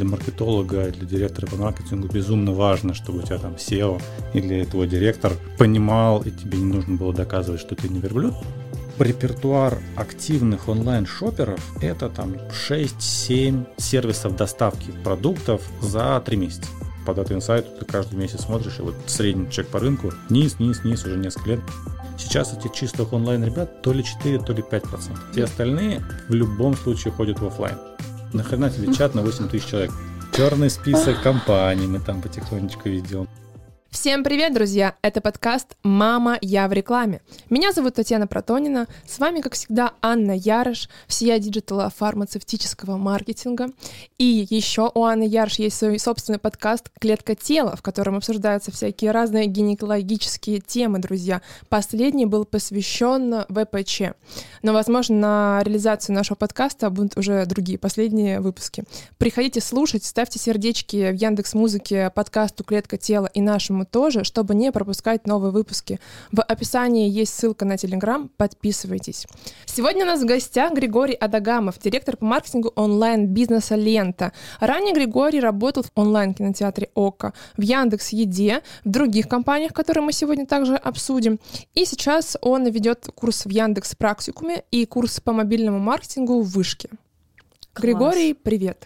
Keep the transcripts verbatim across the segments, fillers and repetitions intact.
для маркетолога, для директора по маркетингу безумно важно, чтобы у тебя там сео или твой директор понимал, и тебе не нужно было доказывать, что ты не верблюд. Репертуар активных онлайн-шопперов – это там шесть-семь сервисов доставки продуктов за три месяца. По Data Insight ты каждый месяц смотришь, и вот средний чек по рынку низ, низ, низ уже несколько лет. Сейчас этих чистых онлайн ребят то ли четыре, то ли пять процентов. Все остальные в любом случае ходят в офлайн. Нахрена тебе чат на восемь тысяч человек? Черный список компаний мы там потихонечку ведем. Всем привет, друзья! Это подкаст «Мама, я в рекламе». Меня зовут Татьяна Протонина. С вами, как всегда, Анна Ярыш, всея диджитала фармацевтического маркетинга. И еще у Анны Ярыш есть свой собственный подкаст «Клетка тела», в котором обсуждаются всякие разные гинекологические темы, друзья. Последний был посвящен вэ пэ че. Но, возможно, на реализацию нашего подкаста будут уже другие последние выпуски. Приходите слушать, ставьте сердечки в Яндекс.Музыке подкасту «Клетка тела» и нашему тоже, чтобы не пропускать новые выпуски. В описании есть ссылка на Телеграм, подписывайтесь. Сегодня у нас в гостях Григорий Адагамов, директор по маркетингу онлайн-бизнеса «Лента». Ранее Григорий работал в онлайн-кинотеатре «Око», в Яндекс.Еде, в других компаниях, которые мы сегодня также обсудим. И сейчас он ведет курс в Яндекс.Практикуме и курс по мобильному маркетингу в Вышке. Класс. Григорий, привет.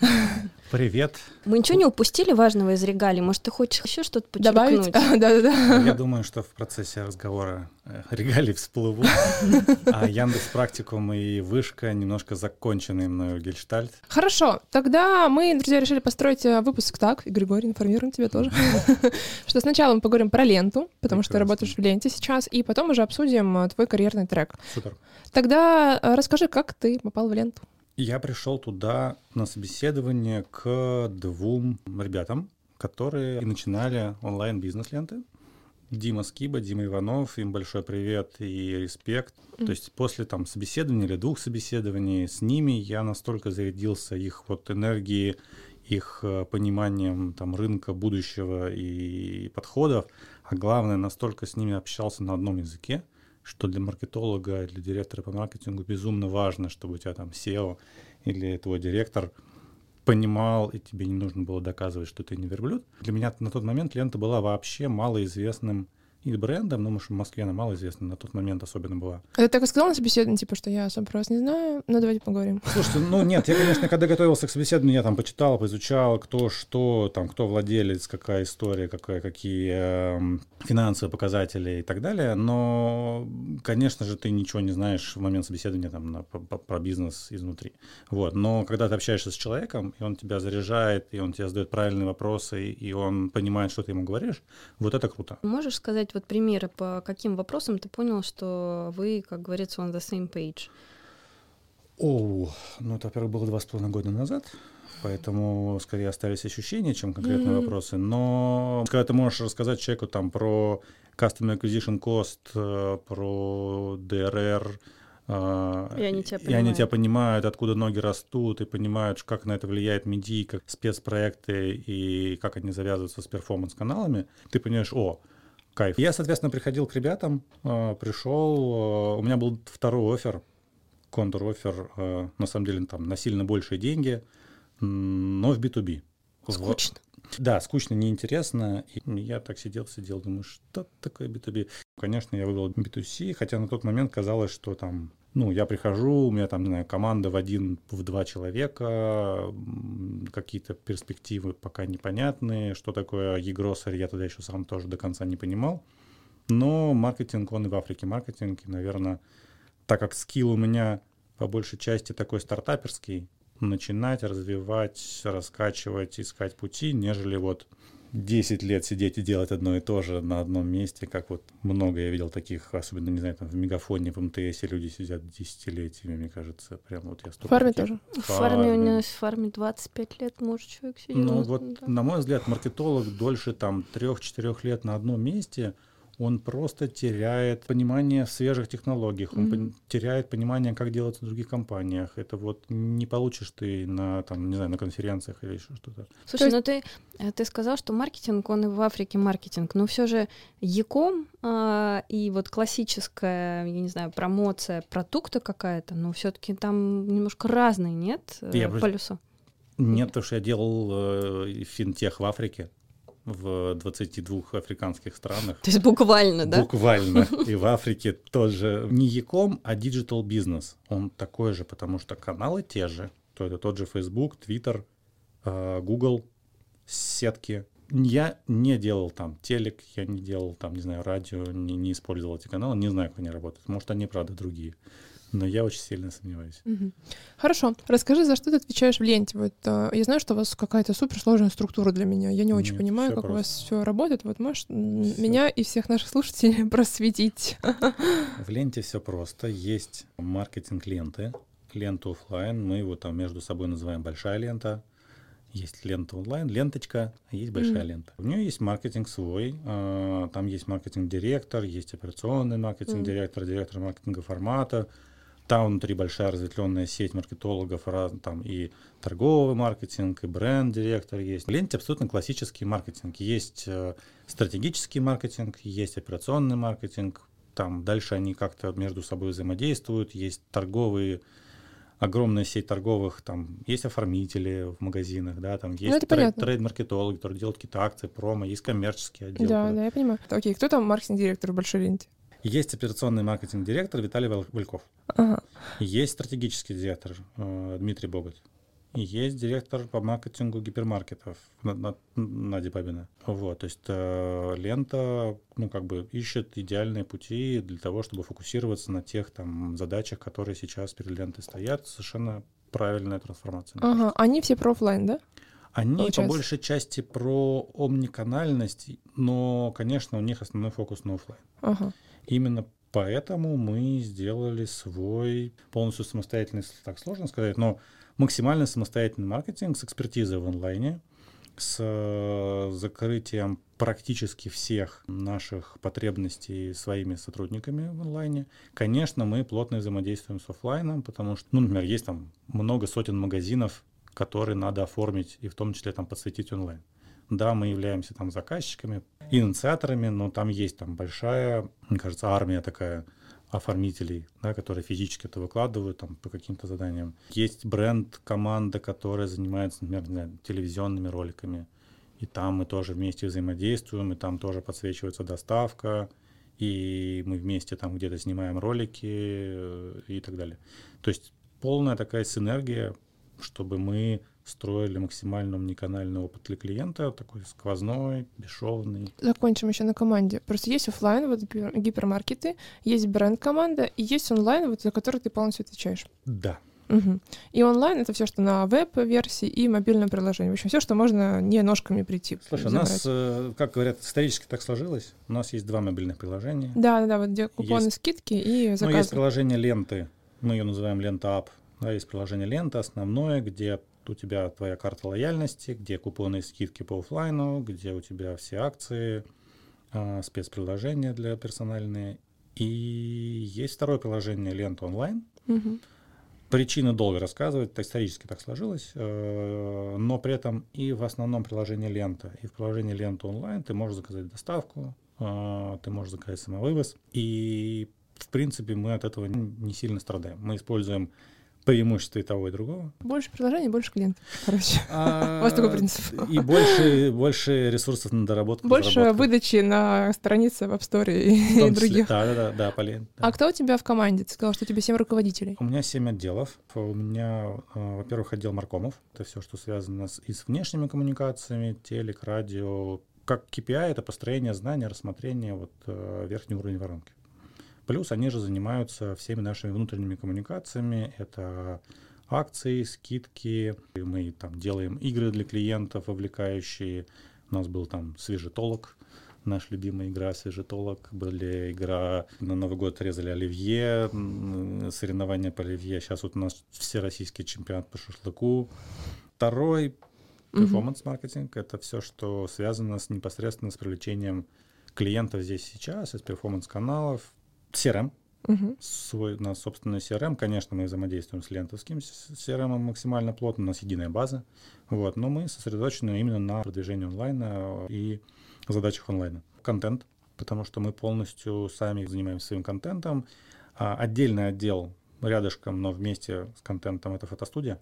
Привет. Мы ничего не упустили важного из регалий? Может, ты хочешь еще что-то подчеркнуть? Добавить? Да-да-да. Я думаю, что в процессе разговора регалии всплывут, а Яндекс.Практикум и Вышка немножко законченный мною гельштальт. Хорошо, тогда мы, друзья, решили построить выпуск так, и, Григорий, информируем тебя тоже, что сначала мы поговорим про ленту, потому что ты работаешь в ленте сейчас, и потом уже обсудим твой карьерный трек. Супер. Тогда расскажи, как ты попал в ленту. Я пришел туда на собеседование к двум ребятам, которые начинали онлайн-бизнес-ленты. Дима Скиба, Дима Иванов, им большой привет и респект. Mm. То есть после там собеседования или двух собеседований с ними я настолько зарядился их вот энергией, их пониманием там рынка будущего и подходов, а главное, настолько с ними общался на одном языке, что для маркетолога, для директора по маркетингу безумно важно, чтобы у тебя там сео или твой директор понимал, и тебе не нужно было доказывать, что ты не верблюд. Для меня на тот момент лента была вообще малоизвестным и брендом, но, может, в Москве она малоизвестна, на тот момент особенно была. А ты так и сказал на собеседовании, типа, что я особо про вас не знаю, но давайте поговорим. Слушайте, ну нет, я, конечно, когда готовился к собеседованию, я там почитал, поизучал, кто что, там, кто владелец, какая история, какая, какие э, финансовые показатели и так далее, но, конечно же, ты ничего не знаешь в момент собеседования там, на, по, про бизнес изнутри. Вот. Но когда ты общаешься с человеком, и он тебя заряжает, и он тебе задает правильные вопросы, и он понимает, что ты ему говоришь, вот это круто. Можешь сказать вот примеры, по каким вопросам ты понял, что вы, как говорится, on the same page? О, ну это, во-первых, было два с половиной года назад, поэтому скорее остались ощущения, чем конкретные mm-hmm. вопросы. Но когда ты можешь рассказать человеку там про Customer Acquisition Cost, про ди ар эр, и они тебя и понимают. они тебя понимают, откуда ноги растут, и понимают, как на это влияет медиа, как спецпроекты, и как они завязываются с перформанс-каналами, ты понимаешь, о, кайф. Я, соответственно, приходил к ребятам, э, пришел, э, у меня был второй оффер, контр-оффер, э, на самом деле там на сильно большие деньги, но в би ту би. Скучно. В... Да, скучно, неинтересно. И я так сидел, сидел, думаю, что такое би ту би? Конечно, я выбрал би ту си, хотя на тот момент казалось, что там, ну, я прихожу, у меня там, не знаю, команда в один, в два человека, какие-то перспективы пока непонятные, что такое e-grocery, я тогда еще сам тоже до конца не понимал. Но маркетинг, он и в Африке маркетинг, и, наверное, так как скилл у меня по большей части такой стартаперский, начинать, развивать, раскачивать, искать пути, нежели вот десять лет сидеть и делать одно и то же на одном месте, как вот много я видел таких, особенно, не знаю, там в Мегафоне, в эм тэ эсе люди сидят десятилетиями, мне кажется, прям вот я столько... В фарме таких... тоже? В фарме у нас в фарме двадцать пять лет, может, человек сидит. Ну вот, да. На мой взгляд, маркетолог дольше там трех-четырех лет на одном месте, он просто теряет понимание в свежих технологиях, он mm-hmm. теряет понимание, как делать в других компаниях. Это вот не получишь ты на, там, не знаю, на конференциях или еще что-то. Слушай, ну ты, ты сказал, что маркетинг, он и в Африке маркетинг, но все же e-com а, и вот классическая, я не знаю, промоция продукта какая-то, но все-таки там немножко разные, нет, Я полюса? Нет, потому что я делал э, финтех в Африке, в двадцати двух африканских странах. То есть буквально, да? Буквально. И в Африке тоже не e-com, а digital business. Он такой же, потому что каналы те же. То это тот же Facebook, Twitter, э, Google, сетки. Я не делал там телек, я не делал там, не знаю, радио, не, не использовал эти каналы, не знаю, как они работают. Может, они, правда, другие. Но я очень сильно сомневаюсь. Угу. Хорошо. Расскажи, за что ты отвечаешь в ленте? Вот, э, я знаю, что у вас какая-то суперсложная структура для меня. Я не очень Нет, понимаю, как просто. у вас все работает. Вот можешь Всё. меня и всех наших слушателей просветить? В ленте все просто. Есть маркетинг ленты, лента офлайн. Мы его там между собой называем большая лента. Есть лента онлайн, ленточка, а есть большая mm. лента. У нее есть маркетинг свой, э, там есть маркетинг-директор, есть операционный маркетинг-директор, mm. директор маркетинга формата. Там внутри большая разветвленная сеть маркетологов, раз, там и торговый маркетинг, и бренд-директор есть. В ленте абсолютно классический маркетинг. Есть э, стратегический маркетинг, есть операционный маркетинг. Там дальше они как-то между собой взаимодействуют. Есть торговые, огромная сеть торговых, там есть оформители в магазинах, да, там есть ну, трейд, трейд-маркетологи, которые делают какие-то акции, промо, есть коммерческий отдел. Да, да, я понимаю. Окей, кто там маркетинг-директор в большой ленте? Есть операционный маркетинг-директор Виталий Вальков. Ага. Есть стратегический директор э, Дмитрий Боготь. И есть директор по маркетингу гипермаркетов Надя Бабина. Вот, то есть э, лента, ну, как бы ищет идеальные пути для того, чтобы фокусироваться на тех там задачах, которые сейчас перед лентой стоят. Совершенно правильная трансформация. Ага, они все про офлайн, да? Они Получается. по большей части про омниканальность, но, конечно, у них основной фокус на офлайн. Ага. Именно поэтому мы сделали свой полностью самостоятельный, так сложно сказать, но максимально самостоятельный маркетинг с экспертизой в онлайне, с закрытием практически всех наших потребностей своими сотрудниками в онлайне. Конечно, мы плотно взаимодействуем с офлайном, потому что, ну, например, есть там много сотен магазинов, которые надо оформить и в том числе там подсветить онлайн. Да, мы являемся там заказчиками, инициаторами, но там есть там большая, мне кажется, армия такая оформителей, да, которые физически это выкладывают там по каким-то заданиям. Есть бренд, команда, которая занимается, например, не знаю, телевизионными роликами, и там мы тоже вместе взаимодействуем, и там тоже подсвечивается доставка, и мы вместе там где-то снимаем ролики и так далее. То есть полная такая синергия, чтобы мы строили максимально омниканальный опыт для клиента, такой сквозной, бесшовный. Закончим еще на команде. Просто есть офлайн, вот гипермаркеты, есть бренд-команда, и есть онлайн, вот, за который ты полностью отвечаешь. Да. Угу. И онлайн — это все, что на веб-версии и мобильном приложении. В общем, все, что можно не ножками прийти. Слушай, забрать. У нас, как говорят, исторически так сложилось. У нас есть два мобильных приложения. Да, да, да, вот где купоны, есть, скидки и заказы. Ну, есть приложение ленты, мы ее называем Лента Ап. Да, есть приложение Лента основное, где у тебя твоя карта лояльности, где купоны и скидки по офлайну, где у тебя все акции, э, спецприложения для персональные. И есть второе приложение Лента онлайн. Угу. Причины долго рассказывать, это исторически так сложилось, э, но при этом и в основном приложении Лента, и в приложении Лента онлайн ты можешь заказать доставку, э, ты можешь заказать самовывоз. И в принципе мы от этого не сильно страдаем. Мы используем преимущества и того, и другого. Больше приложений, больше клиентов. Короче, а, у вас такой принцип. И больше, больше ресурсов на доработку. Больше выдачи на странице в App Store и, и других. Да, да, да, да, Полин. Да. А кто у тебя в команде? Ты сказал, что у тебя семь руководителей. У меня семь отделов. У меня, во-первых, отдел маркомов. Это все, что связано с, и с внешними коммуникациями, телек, радио. Как кей пи ай — это построение знания, рассмотрение вот, верхнего уровня воронки. Плюс они же занимаются всеми нашими внутренними коммуникациями. Это акции, скидки. Мы там делаем игры для клиентов, вовлекающие. У нас был там свежетолог, наша любимая игра свежетолог. Была игра на Новый год резали оливье, соревнования по оливье. Сейчас вот у нас всероссийский чемпионат по шашлыку. Второй перформанс-маркетинг. Mm-hmm. Это все, что связано с, непосредственно с привлечением клиентов здесь сейчас, из перформанс-каналов. си эр эм, uh-huh. свой, у нас собственный си эр эм, конечно, мы взаимодействуем с лентовским си эр эм максимально плотно, у нас единая база, вот, но мы сосредоточены именно на продвижении онлайна и задачах онлайна. Контент, потому что мы полностью сами занимаемся своим контентом. А отдельный отдел рядышком, но вместе с контентом — это фотостудия.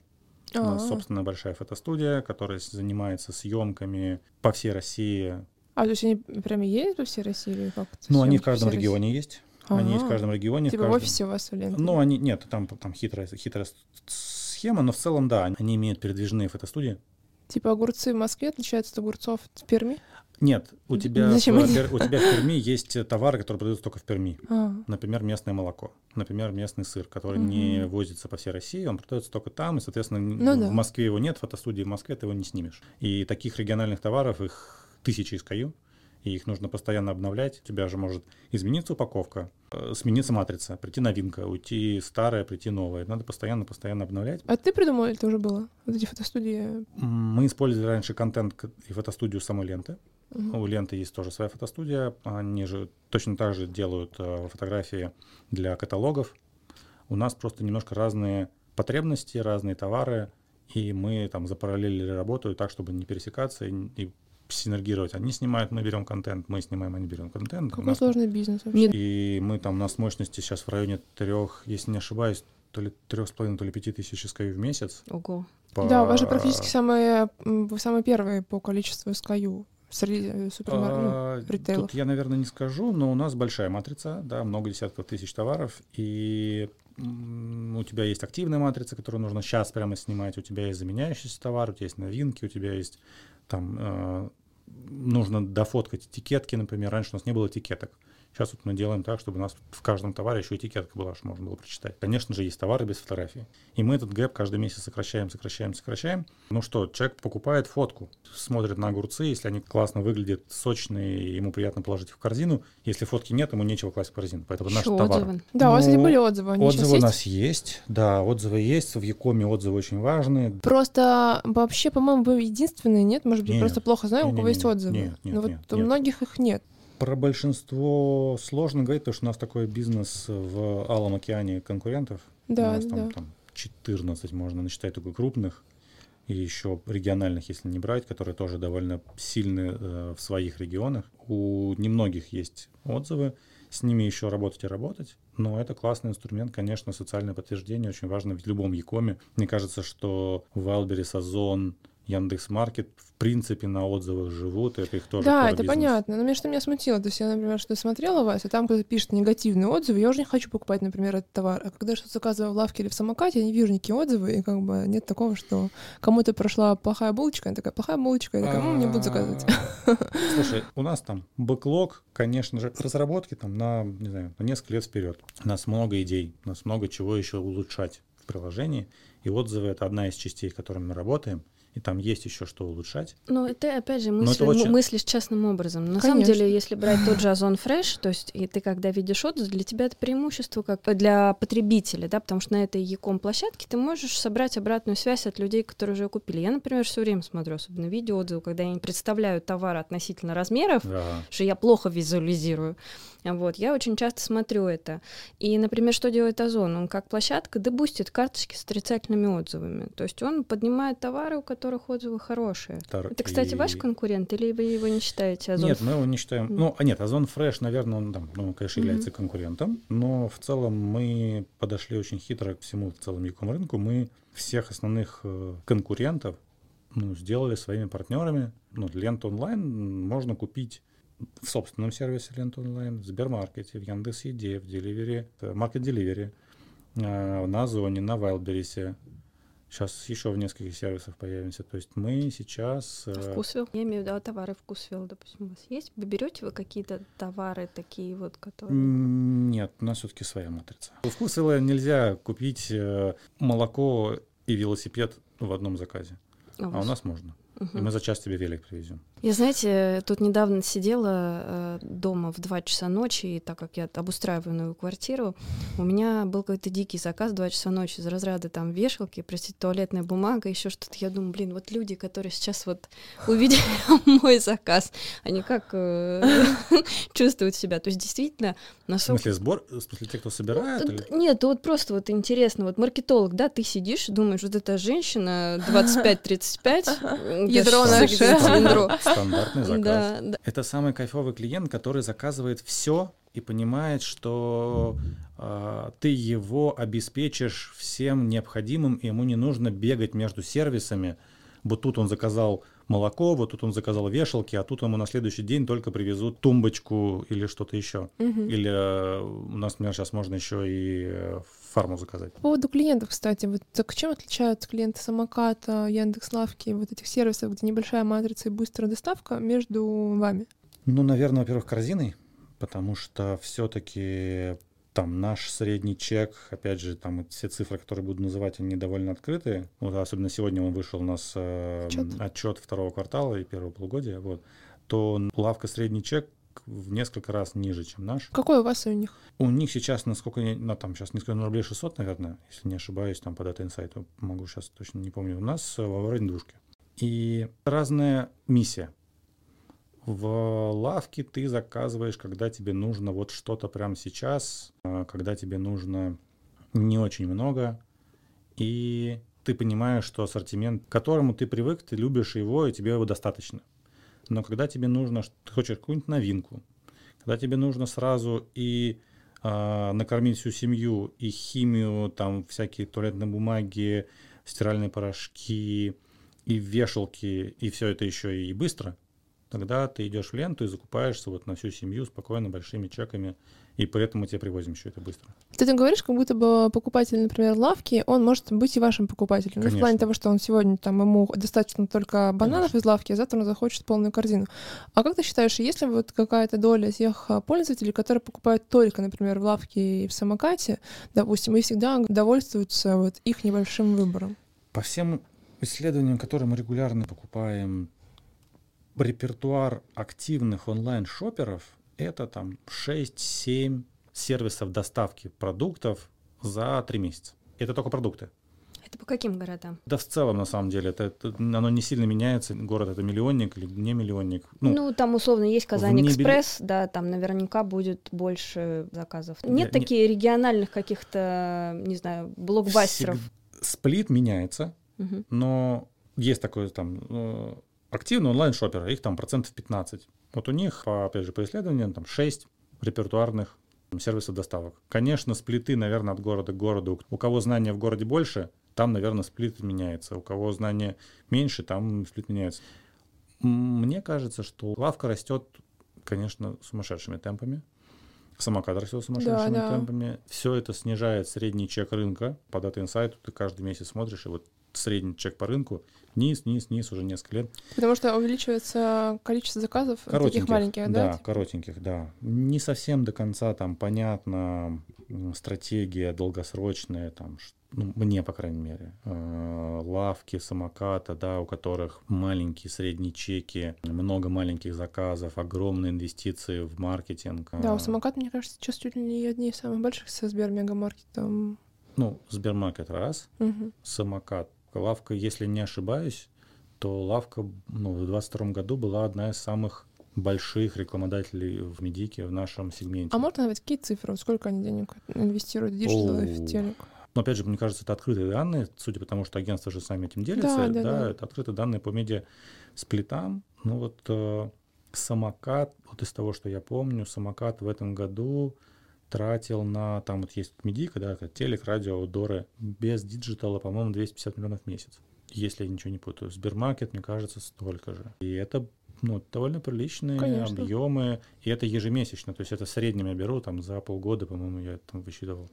У нас А-а. собственная большая фотостудия, которая занимается съемками по всей России. А, то есть они прям есть по всей России или как? Ну, они в Съемки по каждом всей регионе есть. России? Они есть в А-а. каждом регионе. Типа в в каждом... офисе у вас в ленте? Ну, они, нет, там, там хитрая, хитрая схема, но в целом, да, они имеют передвижные фотостудии. Типа огурцы в Москве отличаются от огурцов в Перми? Нет, у тебя, в, Зачем они? Пер- у тебя в Перми есть товары, которые продаются только в Перми. А. Например, местное молоко, например, местный сыр, который Мгм. не возится по всей России, он продается только там, и, соответственно, Ну в да. Москве его нет, фотостудии в Москве ты его не снимешь. И таких региональных товаров, их тысячи эс кей ю, и их нужно постоянно обновлять. У тебя же может измениться упаковка, э, смениться матрица, прийти новинка, уйти старая, прийти новая. Надо постоянно-постоянно обновлять. А ты придумал или это уже было? Вот эти фотостудии? М, Мы использовали раньше контент к- и фотостудию самой ленты. Мгм. У ленты есть тоже своя фотостудия. Они же точно так же делают э, фотографии для каталогов. У нас просто немножко разные потребности, разные товары, и мы там запараллелили работу так, чтобы не пересекаться и, и синергировать. Они снимают, мы берем контент, мы снимаем, они берем контент. У Какой нас- сложный бизнес вообще. И мы там, у нас мощности сейчас в районе трех, если не ошибаюсь, то ли трех с половиной, то ли пяти тысяч эс кей ю в месяц. Ого. Да, у вас же По- практически самые, м, вы самые первые по количеству эс кей ю среди э, супермаркетов. А, ритейлов. Тут я, наверное, не скажу, но у нас большая матрица, да, много десятков тысяч товаров, и м, у тебя есть активная матрица, которую нужно сейчас прямо снимать, у тебя есть заменяющийся товар, у тебя есть новинки, у тебя есть там, э, нужно дофоткать этикетки, например, раньше у нас не было этикеток. Сейчас вот мы делаем так, чтобы у нас в каждом товаре еще этикетка была, чтобы можно было прочитать. Конечно же, есть товары без фотографии. И мы этот гэп каждый месяц сокращаем, сокращаем, сокращаем. Ну что, человек покупает фотку, смотрит на огурцы, если они классно выглядят, сочные, ему приятно положить их в корзину. Если фотки нет, ему нечего класть в корзину. Поэтому наш Ещё товар. отзывы. Да, у вас, Ну, кстати, были отзывы. Они сейчас Отзывы у есть? нас есть, да, отзывы есть. В Якоме отзывы очень важные. Просто вообще, по-моему, вы единственные, нет? Может быть, Нет. просто плохо знаю, у кого Не-не-не. есть отзывы. Нет, нет, Но вот нет, у нет. многих их нет. Про большинство сложно говорить, потому что у нас такой бизнес в Алом океане конкурентов. Да, у нас да, там, да. там четырнадцать можно насчитать только крупных, и еще региональных, если не брать, которые тоже довольно сильны э, в своих регионах. У немногих есть отзывы, с ними еще работать и работать, но это классный инструмент, конечно, социальное подтверждение очень важно в любом Якоме. Мне кажется, что Wildberries, Озон, Яндекс.Маркет в принципе на отзывах живут, это их тоже Да, core это бизнес. понятно. Но меня что меня смутило. То есть я, например, что смотрела вас, и там кто-то пишет негативные отзывы, я уже не хочу покупать, например, этот товар. А когда я что-то заказываю в лавке или в самокате, я не вижу никакие отзывы, и как бы нет такого, что кому-то прошла плохая булочка, она такая, плохая булочка, я такая, ну, не буду заказывать. Слушай, у нас там бэклог, конечно же, разработки там на, не знаю, на несколько лет вперед. У нас много идей, у нас много чего еще улучшать в приложении, и отзывы — это одна из частей, которыми мы работаем. И там есть еще что улучшать. Ну, это, опять же, Но мысли, это очень- м- мыслишь частным образом. На Конечно. самом деле, если брать тот же Озон Fresh, то есть и ты, когда видишь отзыв, для тебя это преимущество как для потребителя, да, потому что на этой Яком площадке ты можешь собрать обратную связь от людей, которые уже купили. Я, например, все время смотрю, особенно видеоотзывы, когда они представляют товар относительно размеров, Да. что я плохо визуализирую. Вот, я очень часто смотрю это. И, например, что делает Озон? Он как площадка дебустит карточки с отрицательными отзывами. То есть он поднимает товары, у которых отзывы хорошие. Тар- Это, кстати, и- ваш конкурент, или вы его не считаете? Озон? Нет, мы его не считаем. Ну, а нет, Озон Fresh, наверное, он там, ну, конечно, Мгм. является конкурентом, но в целом мы подошли очень хитро к всему в целом Яком рынку. Мы всех основных э, конкурентов ну, сделали своими партнерами. Ну, Ленту онлайн можно купить в собственном сервисе Лента онлайн, в Сбермаркете, в Яндекс.Еде, в Деливере, в Market Delivery, э, на Озоне, на Wildberries. Сейчас еще в нескольких сервисах появимся. То есть мы сейчас... э, Вкусвилл. Я имею в виду товары Вкусвилл, допустим, у вас есть? Вы берете вы какие-то товары такие вот, которые... М, Нет, у нас все-таки своя матрица. У Вкусвилла нельзя купить э, молоко и велосипед в одном заказе, а у вас? нас можно. Мгм. И мы за час тебе велик привезем. Я, знаете, тут недавно сидела э, дома в два часа ночи, и так как я обустраиваю новую квартиру, у меня был какой-то дикий заказ в два часа ночи из разряда там вешалки, простите, туалетная бумага, еще что-то. Я думаю, блин, вот люди, которые сейчас вот увидели мой заказ, они как э, чувствуют себя? То есть действительно, В насколько... смысле, сбор? В смысле, те, кто собирает? Т- или- т- Нет, вот просто вот интересно, вот маркетолог, да, ты сидишь, думаешь, вот эта женщина двадцать пять тридцать пять, Ядро наше. ядро. Стандартный заказ. Да, да. Это самый кайфовый клиент, который заказывает все и понимает, что э, ты его обеспечишь всем необходимым, и ему не нужно бегать между сервисами. Вот тут он заказал молоко, вот тут он заказал вешалки, а тут ему на следующий день только привезут тумбочку или что-то еще. Угу. Или э, у нас, например, сейчас можно еще и э, фарму заказать. По поводу клиентов, кстати, вот так чем отличаются клиенты Самоката, Яндекс.Лавки, вот этих сервисов, где небольшая матрица и быстрая доставка между вами? Ну, наверное, во-первых, корзиной, потому что все-таки там наш средний чек, опять же, там все цифры, которые буду называть, они довольно открытые. Вот, особенно сегодня он вышел у нас э, отчет второго квартала и первого полугодия, вот, то лавка средний чек в несколько раз ниже, чем наш. Какой у вас и у них? У них сейчас, насколько я, ну, там сейчас несколько рублей шестьсот, наверное, если не ошибаюсь, там по Data Insight, могу сейчас точно не помню, у нас в районе двушки. И разная миссия. В лавке ты заказываешь, когда тебе нужно вот что-то прямо сейчас, когда тебе нужно не очень много, и ты понимаешь, что ассортимент, к которому ты привык, ты любишь его, и тебе его достаточно. Но когда тебе нужно, ты хочешь какую-нибудь новинку, когда тебе нужно сразу и э, накормить всю семью, и химию, там всякие туалетные бумаги, стиральные порошки, и вешалки, и все это еще и быстро, тогда ты идешь в ленту и закупаешься вот на всю семью спокойно, большими чеками, и при этом мы тебе привозим еще это быстро. Ты там говоришь, как будто бы покупатель, например, лавки, он может быть и вашим покупателем. Ну, в плане того, что он сегодня, там, ему достаточно только бананов Конечно. Из лавки, а завтра он захочет полную корзину. А как ты считаешь, есть ли вот какая-то доля тех пользователей, которые покупают только, например, в лавке и в Самокате, допустим, и всегда довольствуются вот их небольшим выбором? По всем исследованиям, которые мы регулярно покупаем, репертуар активных онлайн-шоперов — это там шесть-семь сервисов доставки продуктов за три месяца. Это только продукты. Это по каким городам? Да в целом, на самом деле, это, это, оно не сильно меняется. Город — это миллионник или не миллионник. Ну, ну там условно есть Казань-Экспресс, небель... да, там наверняка будет больше заказов. Нет Я, таких не... региональных каких-то, не знаю, блокбастеров? Всег... Сплит меняется, угу. но есть такое там... Активные онлайн-шоперы, их там процентов пятнадцать. Вот у них, по, опять же, по исследованиям, там шесть репертуарных сервисов доставок. Конечно, сплиты, наверное, от города к городу. У кого знания в городе больше, там, наверное, сплит меняется. У кого знания меньше, там сплит меняется. Мне кажется, что лавка растет, конечно, сумасшедшими темпами. Самокат растет сумасшедшими да, темпами. Да. Все это снижает средний чек рынка. По Data Insight ты каждый месяц смотришь, и вот средний чек по рынку низ, низ, низ уже несколько лет. Потому что увеличивается количество заказов таких маленьких, да? Да, коротеньких, да. Не совсем до конца там понятна стратегия долгосрочная, там, ну, мне, по крайней мере, э, лавки, Самоката, да, у которых маленькие средние чеки, много маленьких заказов, огромные инвестиции в маркетинг. Да, у Самоката, мне кажется, сейчас чуть ли не одни из самых больших со Сбермегамаркетом. Ну, Сбермаркет раз, угу. Самокат. Лавка, если не ошибаюсь, то лавка ну, в двадцать втором году была одна из самых больших рекламодателей в медике в нашем сегменте. А можно назвать какие цифры? Сколько они денег инвестируют в диджитал и в телек? Ну, опять же, мне кажется, это открытые данные, судя по тому, что агентства же сами этим делятся. Да, да, да, да. Это открытые данные по медиасплитам. Ну вот э, Самокат, вот из того, что я помню, Самокат в этом году тратил на, там вот есть медика, да, телек, радио, аутдоры, без диджитала, по-моему, двести пятьдесят миллионов в месяц, если я ничего не путаю. Сбермаркет, мне кажется, столько же. И это ну, довольно приличные Конечно. Объемы, и это ежемесячно, то есть это в среднем я беру, там за полгода, по-моему, я там высчитывал.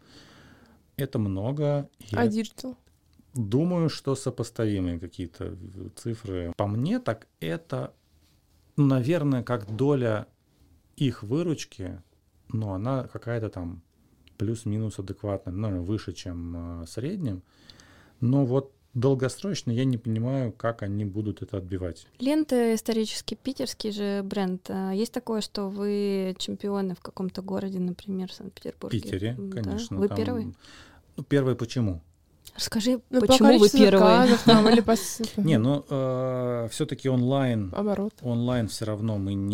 Это много. А диджитал? Думаю, что сопоставимые какие-то цифры. По мне, так это, ну, наверное, как доля их выручки, но она какая-то там плюс-минус адекватная, наверное, выше, чем э, среднем. Но вот долгосрочно я не понимаю, как они будут это отбивать. Лента исторически питерский же бренд. Есть такое, что вы чемпионы в каком-то городе, например, в Санкт-Петербурге? В Питере, да? Конечно. Вы там... первый? Ну, первый почему? Расскажи, ну, почему вы первые? Там, или по... Не, ну, э, все-таки онлайн, Оборот. онлайн все равно мы не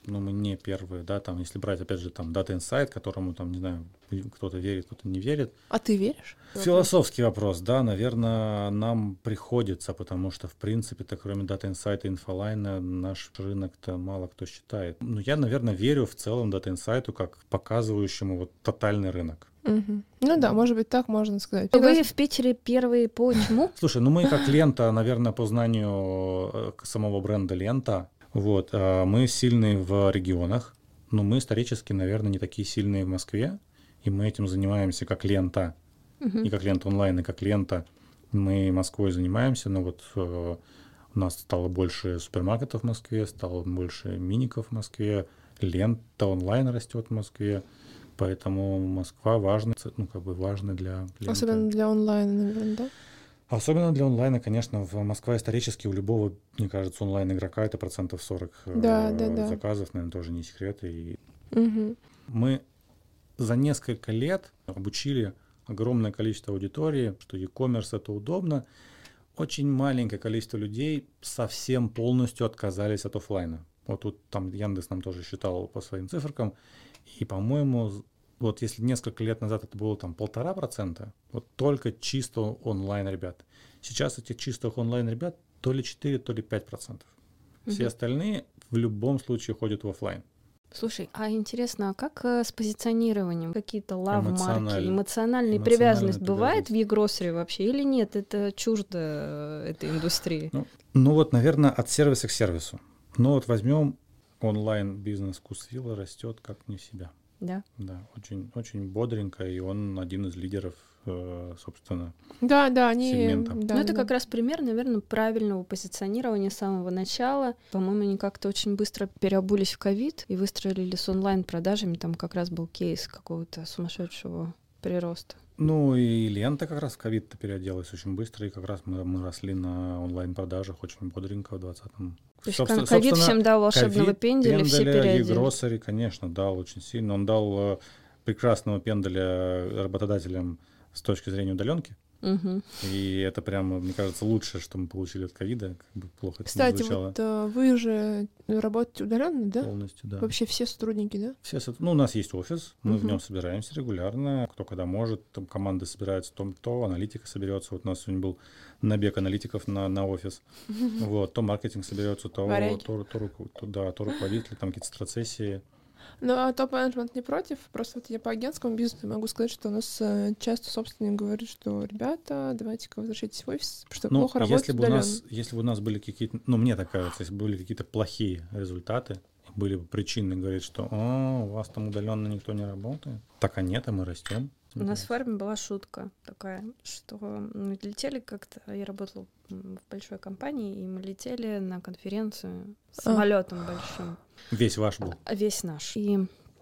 ну, мы не первые, да, там, если брать, опять же, там, Data Insight, которому, там, не знаю, кто-то верит, кто-то не верит. А ты веришь? Философский вопрос, да, наверное, нам приходится, потому что, в принципе-то, кроме Data Insight и Infoline, наш рынок-то мало кто считает. Ну, я, наверное, верю в целом Data Insight как показывающему вот тотальный рынок. Угу. Ну да, может быть, так можно сказать. Вы в Питере первые по чему? Слушай, ну мы как лента, наверное, по знанию самого бренда лента, вот, мы сильные в регионах, но мы исторически, наверное, не такие сильные в Москве, и мы этим занимаемся как лента, uh-huh. и как лента онлайн, и как лента. Мы Москвой занимаемся, но вот э, у нас стало больше супермаркетов в Москве, стало больше миников в Москве, лента онлайн растет в Москве, поэтому Москва важна, ну как бы важна для ленты. Особенно для онлайна, наверное, да? Особенно для онлайна, конечно, в Москва исторически у любого, мне кажется, онлайн-игрока это процентов сорок да, да, да. заказов, наверное, тоже не секрет. И угу. Мы за несколько лет обучили огромное количество аудитории, что e-commerce это удобно. Очень маленькое количество людей совсем полностью отказались от офлайна. Вот тут там Яндекс нам тоже считал по своим циферкам. И, по-моему, вот если несколько лет назад это было там полтора процента, вот только чисто онлайн ребят. Сейчас этих чистых онлайн ребят то ли четыре, то ли пять процентов. Все угу. остальные в любом случае ходят в офлайн. Слушай, а интересно, а как э, с позиционированием? Какие-то лав-марки, Эмоциональ... эмоциональная привязанность бывает в e-grocery вообще или нет? Это чуждо этой индустрии? Ну, ну вот, наверное, от сервиса к сервису. Ну вот возьмем онлайн-бизнес Вкусвилла растет как не в себя. Да. Да, очень, очень бодренько, и он один из лидеров, э, собственно, да, да, они, сегмента. Да, да, ну, это да. как раз пример, наверное, правильного позиционирования с самого начала. По-моему, они как-то очень быстро переобулись в ковид и выстрелили с онлайн-продажами. Там как раз был кейс какого-то сумасшедшего прироста. Ну и лента как раз в ковид-то переоделась очень быстро, и как раз мы, мы росли на онлайн-продажах очень бодренько в двадцатом. То есть Собственно, ковид всем дал волшебного пенделя, все переоделись. E-grocery, конечно, дал очень сильно. Он дал э, прекрасного пенделя работодателям с точки зрения удаленки. Угу. И это прямо, мне кажется, лучшее, что мы получили от ковида. Как бы плохо это Кстати, не звучало. вот а, вы же работаете удаленно, да? Полностью, да. Вообще все сотрудники, да? Все, ну, у нас есть офис, мы uh-huh. в нем собираемся регулярно, кто когда может, там команды собираются, том, то аналитика соберется. Вот у нас сегодня был набег аналитиков на, на офис. Uh-huh. Вот, то маркетинг соберется, то, то, то, то, да, то руководители, там какие-то страцессии. Ну, а топ-менеджмент не против? Просто вот я по агентскому бизнесу могу сказать, что у нас э, часто собственник говорит, что ребята, давайте-ка возвращайтесь в офис, потому что ну, плохо работать если бы у нас, если бы у нас были какие-то, ну, мне так кажется, если бы были какие-то плохие результаты, были бы причины говорить, что «О, у вас там удаленно никто не работает». Так, а нет, а мы растем. У нас в фарме была шутка такая, что мы летели как-то, я работала в большой компании, и мы летели на конференцию самолетом а. большим. Весь ваш был? Весь наш. И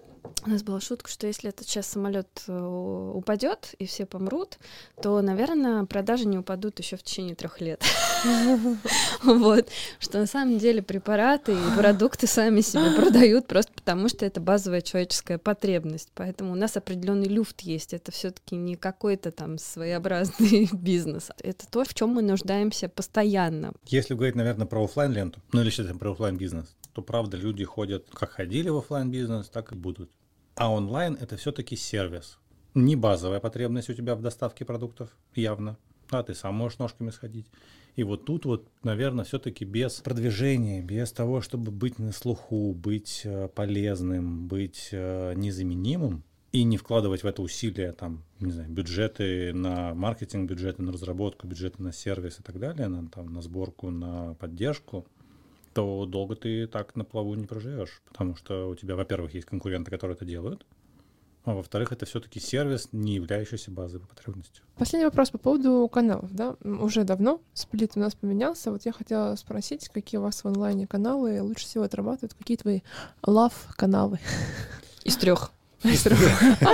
у нас была шутка, что если этот сейчас самолет упадет и все помрут, то, наверное, продажи не упадут еще в течение трех лет. Вот. Что на самом деле препараты и продукты сами себе продают просто потому, что это базовая человеческая потребность. Поэтому у нас определенный люфт есть. Это все-таки не какой-то там своеобразный бизнес. Это то, в чем мы нуждаемся постоянно. Если говорить, наверное, про офлайн-ленту, ну или что-то про офлайн-бизнес, то правда люди ходят, как ходили в офлайн-бизнес, так и будут. А онлайн — это все-таки сервис. Не базовая потребность у тебя в доставке продуктов, явно. Да, ты сам можешь ножками сходить. И вот тут вот, наверное, все-таки без продвижения, без того, чтобы быть на слуху, быть полезным, быть незаменимым и не вкладывать в это усилия, там, не знаю, бюджеты на маркетинг, бюджеты на разработку, бюджеты на сервис и так далее, на, там, на сборку, на поддержку, то долго ты так на плаву не проживешь, потому что у тебя, во-первых, есть конкуренты, которые это делают, а во-вторых, это все-таки сервис, не являющийся базовой потребностью. Последний вопрос по поводу каналов, да? Уже давно сплит у нас поменялся. Вот я хотела спросить, какие у вас в онлайне каналы лучше всего отрабатывают, какие твои лав-каналы? Из трех. Из трех.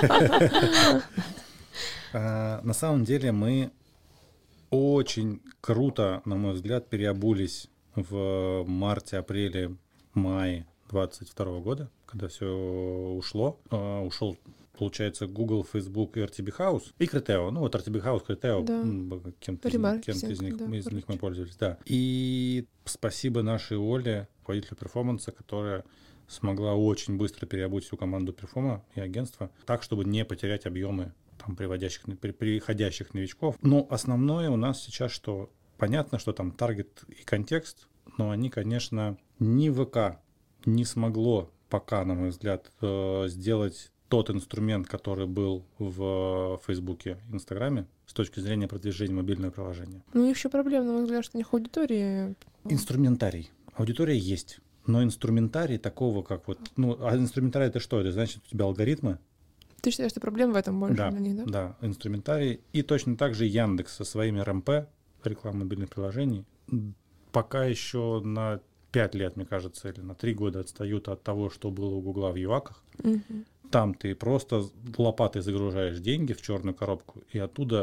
На самом деле мы очень круто, на мой взгляд, переобулись в марте, апреле, мае двадцать второго года, когда все ушло. Uh, ушел, получается, Google, Facebook и эр ти би House и Criteo. Ну вот эр ти би House, Criteo, да. кем-то из, кем-то из них, да, из них мы пользовались. Да. И спасибо нашей Оле, руководителю перформанса, которая смогла очень быстро переобуть всю команду перформа и агентства так, чтобы не потерять объемы там, приводящих, при, приходящих новичков. Но основное у нас сейчас что? Понятно, что там таргет и контекст, но они, конечно, ни ВК не смогло пока, на мой взгляд, сделать тот инструмент, который был в Фейсбуке и Инстаграме с точки зрения продвижения мобильного приложения. Ну, еще проблема, на мой взгляд, что у них аудитория... Инструментарий. Аудитория есть, но инструментарий такого, как вот... Ну, а инструментарий это что? Это значит, у тебя алгоритмы? Ты считаешь, что проблема в этом больше Да, для них, да? Да, инструментарий. И точно так же Яндекс со своими эр эм пэ, реклама мобильных приложений, пока еще на пять лет, мне кажется, или на три года отстают от того, что было у Гугла в юаках. Угу. Там ты просто лопатой загружаешь деньги в черную коробку, и оттуда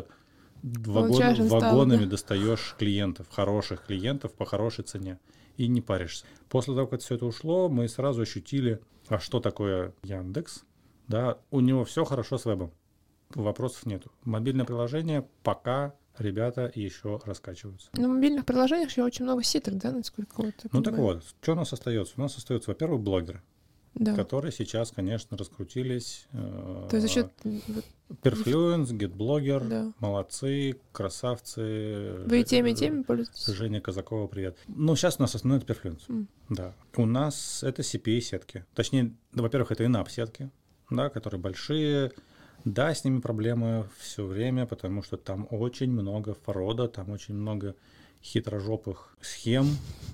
вагон, вагонами да? достаешь клиентов, хороших клиентов по хорошей цене, и не паришься. После того, как все это ушло, мы сразу ощутили, а что такое Яндекс? Да, у него все хорошо с вебом, вопросов нету. Мобильное приложение пока ребята еще раскачиваются. На мобильных приложениях еще очень много сеток, да, насколько вот я Ну понимаю. так вот, что у нас остается? У нас остаются, во-первых, блогеры, да. которые сейчас, конечно, раскрутились. То есть за счет... Perfluence, GetBlogger, да. молодцы, красавцы. Вы и теми, и теми пользуетесь? Женя Казакова, привет. Ну, сейчас у нас основной это Perfluence. Mm. Да. У нас это си пи эй-сетки. Точнее, во-первых, это in-app-сетки, да, которые большие. Да, с ними проблемы все время, потому что там очень много фрода, там очень много хитрожопых схем,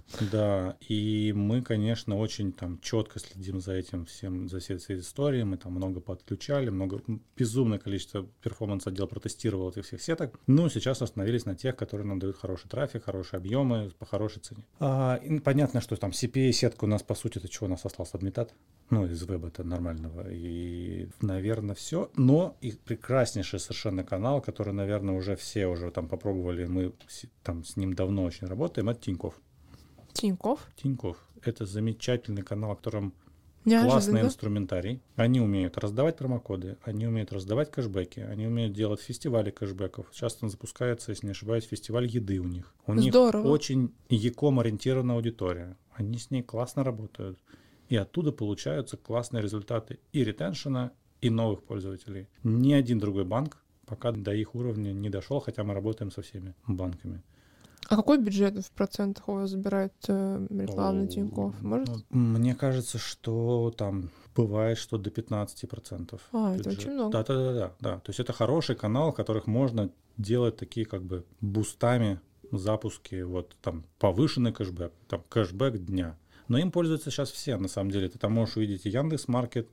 да, и мы, конечно, очень там четко следим за этим всем, за всей этой историей, мы там много подключали, много, безумное количество перформанс-отдел протестировал этих всех сеток, но сейчас остановились на тех, которые нам дают хороший трафик, хорошие объемы, по хорошей цене. А, понятно, что там си пи эй-сетка у нас, по сути, это чего у нас остался адмитат, ну, из веба-то нормального, и, наверное, все, но и прекраснейший совершенно канал, который, наверное, уже все уже там попробовали, мы там с ним давно очень работаем, это Тинькофф. Тинькофф? Тинькофф. Это замечательный канал, в котором Неожиданно. Классный инструментарий. Они умеют раздавать промокоды, они умеют раздавать кэшбэки, они умеют делать фестивали кэшбэков. Сейчас там запускается, если не ошибаюсь, фестиваль еды у них. У Здорово. них очень e-com ориентированная аудитория. Они с ней классно работают. И оттуда получаются классные результаты и ретеншена, и новых пользователей. Ни один другой банк пока до их уровня не дошел, хотя мы работаем со всеми банками. А какой бюджет в процентах у вас забирает э, рекламный Тинькофф? Может? Мне кажется, что там бывает, что до пятнадцати процентов. А, бюджет. Это очень много. Да, да, да, да, да. То есть это хороший канал, в которых можно делать такие как бы бустами запуски, вот там повышенный кэшбэк, там кэшбэк дня. Но им пользуются сейчас все, на самом деле. Ты там можешь увидеть и Яндекс.Маркет,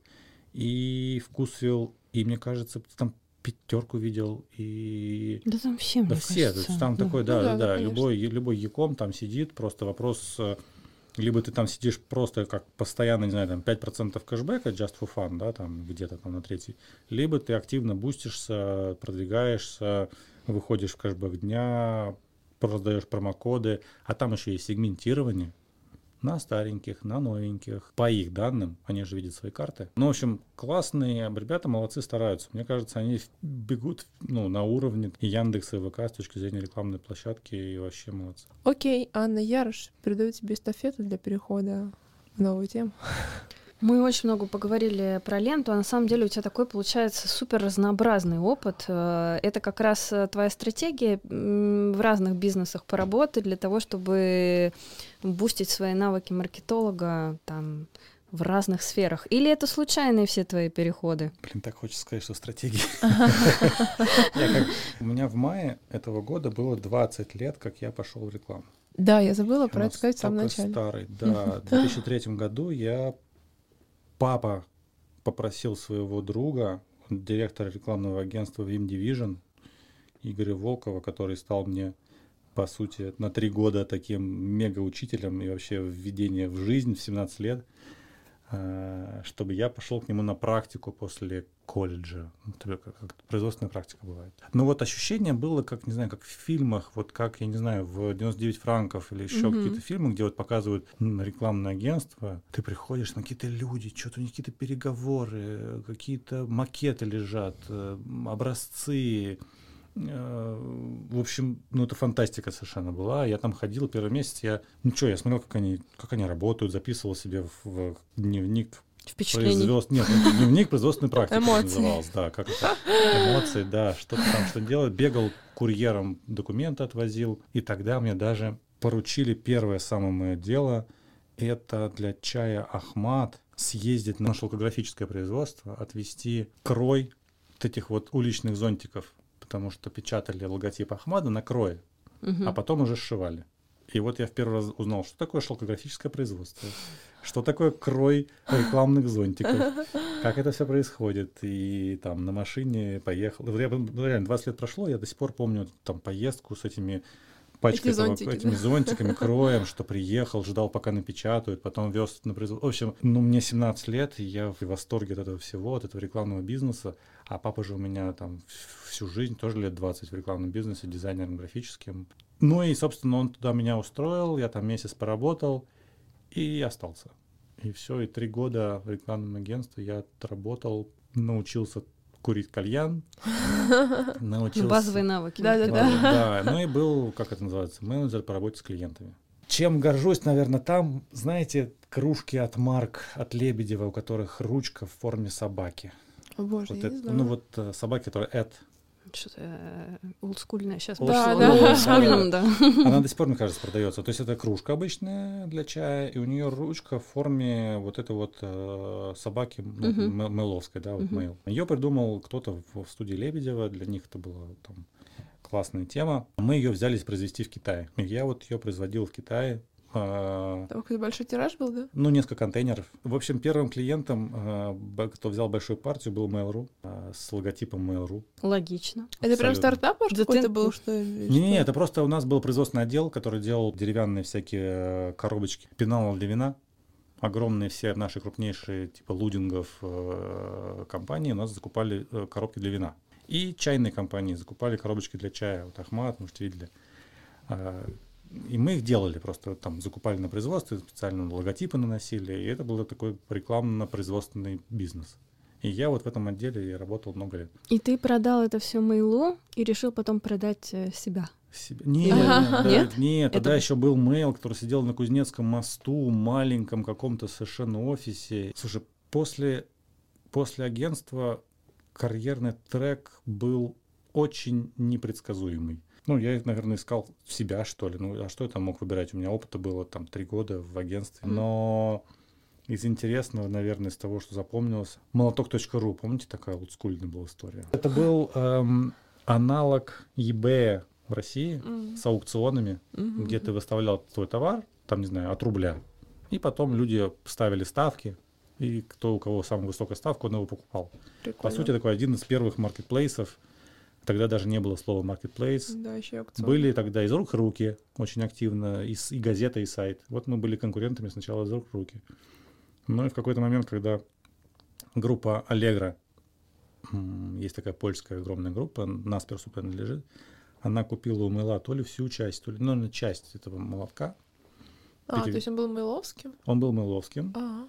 и Вкусвилл, и, мне кажется, ты там пятерку видел, и... Да там все, да мне все, кажется. то есть там да. такой, да, Ну, да, да, да, да, любой, любой яком там сидит, просто вопрос, либо ты там сидишь просто как постоянно, не знаю, там пять процентов кэшбэка, just for fun, да, там где-то там на третий, либо ты активно бустишься, продвигаешься, выходишь в кэшбэк дня, раздаешь промокоды, а там еще есть сегментирование на стареньких, на новеньких, по их данным, они же видят свои карты. Ну, в общем, классные ребята, молодцы, стараются. Мне кажется, они бегут ну, на уровне и Яндекса, и ВК с точки зрения рекламной площадки, и вообще молодцы. Окей, Анна Ярош, передаю тебе эстафету для перехода в новую тему. Мы очень много поговорили про ленту, а на самом деле у тебя такой получается супер разнообразный опыт. Это как раз твоя стратегия в разных бизнесах поработать для того, чтобы бустить свои навыки маркетолога там, в разных сферах. Или это случайные все твои переходы? Блин, так хочется сказать, что стратегия. У меня в мае этого года было двадцать лет, как я пошел в рекламу. Да, я забыла про это сказать в самом начале. Старый, да. В две тысячи третьем году я Папа попросил своего друга, директора рекламного агентства Vim Division, Игоря Волкова, который стал мне, по сути, на три года таким мега-учителем и вообще введение в жизнь в семнадцать лет, чтобы я пошел к нему на практику после колледжа. Как производственная практика бывает. Но вот ощущение было, как, не знаю, как в фильмах, вот как, я не знаю, в девяносто девять франков или еще mm-hmm. какие-то фильмы, где вот показывают рекламное агентство, ты приходишь, на какие-то люди, что-то у них какие-то переговоры, какие-то макеты лежат, образцы, В общем, ну это фантастика совершенно была. Я там ходил первый месяц, я, ну что, я смотрел, как они, как они работают, записывал себе в, в дневник впечатлений. Производств... Нет, ну, дневник производственной практики Эмоции. назывался, да, как это, эмоции, да, что-то там, что делать. Бегал курьером, документы отвозил, и тогда мне даже поручили первое самое мое дело, это для чая Ахмад съездить на шелкографическое производство, отвезти крой вот этих вот уличных зонтиков, потому что печатали логотип Ахмада на крое, Мгм. а потом уже сшивали. И вот я в первый раз узнал, что такое шелкографическое производство, что такое крой рекламных зонтиков, как это все происходит. И там на машине поехал. Я, ну, реально, двадцать лет прошло, я до сих пор помню там поездку с этими пачкой, Эти этого- зонтики, этими да. зонтиками, кроем, что приехал, ждал, пока напечатают, потом вез на производство. В общем, ну, мне семнадцать лет, и я в восторге от этого всего, от этого рекламного бизнеса. А папа же у меня там всю жизнь, тоже лет двадцать в рекламном бизнесе, дизайнером графическим. Ну и, собственно, он туда меня устроил, я там месяц поработал и остался. И все, и три года в рекламном агентстве я отработал, научился курить кальян, научился... Базовые навыки. Да-да-да. Ладно, да, ну и был, как это называется, менеджер по работе с клиентами. Чем горжусь, наверное, там, знаете, кружки от марк, от Лебедева, у которых ручка в форме собаки. О, боже, Вот я не это, знаю. ну вот э, собаки, которая Эд. Что-то э, олдскульное сейчас Да, пошло. да. Ну, олдскульном, да. Она до сих пор, мне кажется, продается. То есть это кружка обычная для чая, и у нее ручка в форме вот этой вот э, собаки ну, Мгм. м- мэловской, да, вот Мгм. мейл. Ее придумал кто-то в, в студии Лебедева, для них это была там классная тема. Мы ее взялись произвести в Китае. И я вот ее производил в Китае. э, Там какой-то большой тираж был, да? Ну, несколько контейнеров. В общем, первым клиентом, э, б- кто взял большую партию, был Mail.ru э, с логотипом Mail.ru. Логично. Это прям Абсолютно. стартап ваш Да какой-то ты- был, что ли? Не-не, Что? это просто у нас был производственный отдел, который делал деревянные всякие э, коробочки, пенал для вина. Огромные все наши крупнейшие типа лудингов э, компании у нас закупали э, коробки для вина. И чайные компании закупали коробочки для чая. Вот Ахмад, может, видели. А, И мы их делали просто, там закупали на производстве, специально логотипы наносили. И это был такой рекламно-производственный бизнес. И я вот в этом отделе я работал много лет. И ты продал это все мейлу и решил потом продать э, себя. Себя. Нет, Ага. да, Нет? нет, тогда Это- еще был Mail, который сидел на Кузнецком мосту, маленьком каком-то совершенно офисе. Слушай, после, после агентства карьерный трек был очень непредсказуемый. Ну, я, наверное, искал себя, что ли. Ну, а что я там мог выбирать? У меня опыта было там три года в агентстве. Мгм. Но из интересного, наверное, из того, что запомнилось, молоток точка ру, помните, такая олдскульная была история? Это был эм, аналог eBay в России М. с аукционами, Мгм. где ты выставлял свой товар, там, не знаю, от рубля, и потом люди ставили ставки, и кто у кого самая высокая ставка, он его покупал. По Прикольно. сути, такой один из первых маркетплейсов. Тогда даже не было слова маркетплейс. Да, еще и аукцион. Были тогда из рук в руки очень активно, и, с- и газета, и сайт. Вот мы были конкурентами сначала из рук в руки. Ну и в какой-то момент, когда группа Allegro, м, есть такая польская огромная группа, Насперсу принадлежит, она купила у Мейла то ли всю часть, то ли, ну, часть этого молотка. А, то есть он был мейловским? Он был мейловским, А,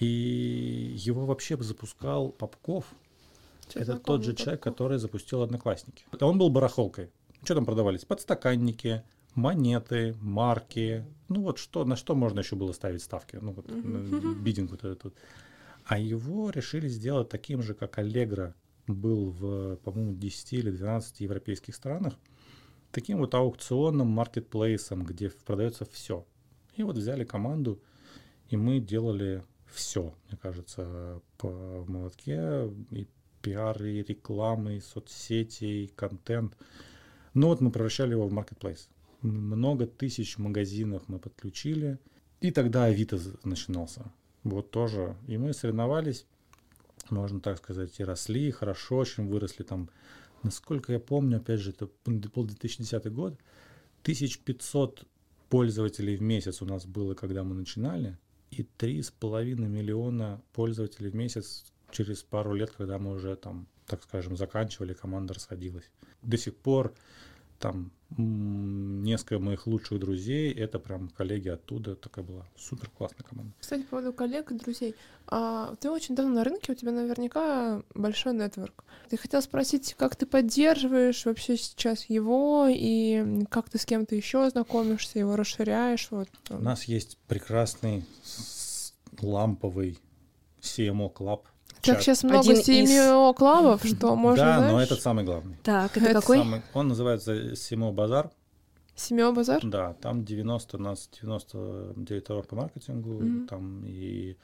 и его вообще запускал Попков. чё Это знакомый тот же человек, такой. который запустил «Одноклассники». Он был барахолкой. Что там продавались? Подстаканники, монеты, марки. Ну вот что, на что можно еще было ставить ставки? Ну вот Мгм. на бидинг вот этот вот. А его решили сделать таким же, как Allegro был в, по-моему, десяти или двенадцати европейских странах. Таким вот аукционным маркетплейсом, где продается все. И вот взяли команду, и мы делали все, мне кажется, по в молотке. И пиар, и рекламы, и соцсети, и контент. Ну вот мы превращали его в маркетплейс. Много тысяч магазинов мы подключили. И тогда Авито з- начинался. Вот тоже. И мы соревновались, можно так сказать, и росли, хорошо очень выросли там. Насколько я помню, опять же, это был две тысячи десятый год, тысяча пятьсот пользователей в месяц у нас было, когда мы начинали, и три с половиной миллиона пользователей в месяц через пару лет, когда мы уже там, так скажем, заканчивали, команда расходилась. До сих пор там м, несколько моих лучших друзей, это прям коллеги оттуда, такая была супер классная команда. Кстати, по поводу коллег и друзей. А, ты очень давно на рынке, у тебя наверняка большой нетворк. Я хотела спросить, как ты поддерживаешь вообще сейчас его, и как ты с кем-то еще знакомишься, его расширяешь? Вот. У нас есть прекрасный ламповый си эм о Club. Так чат. сейчас много Один из- си эм о-клабов, что можно, Да, но знаешь, это самый главный. Так, это Это какой? Самый- он называется си эм о Базар. си эм о-базар? Да, там девяносто, у нас девяносто директоров по маркетингу, Мгм. там и,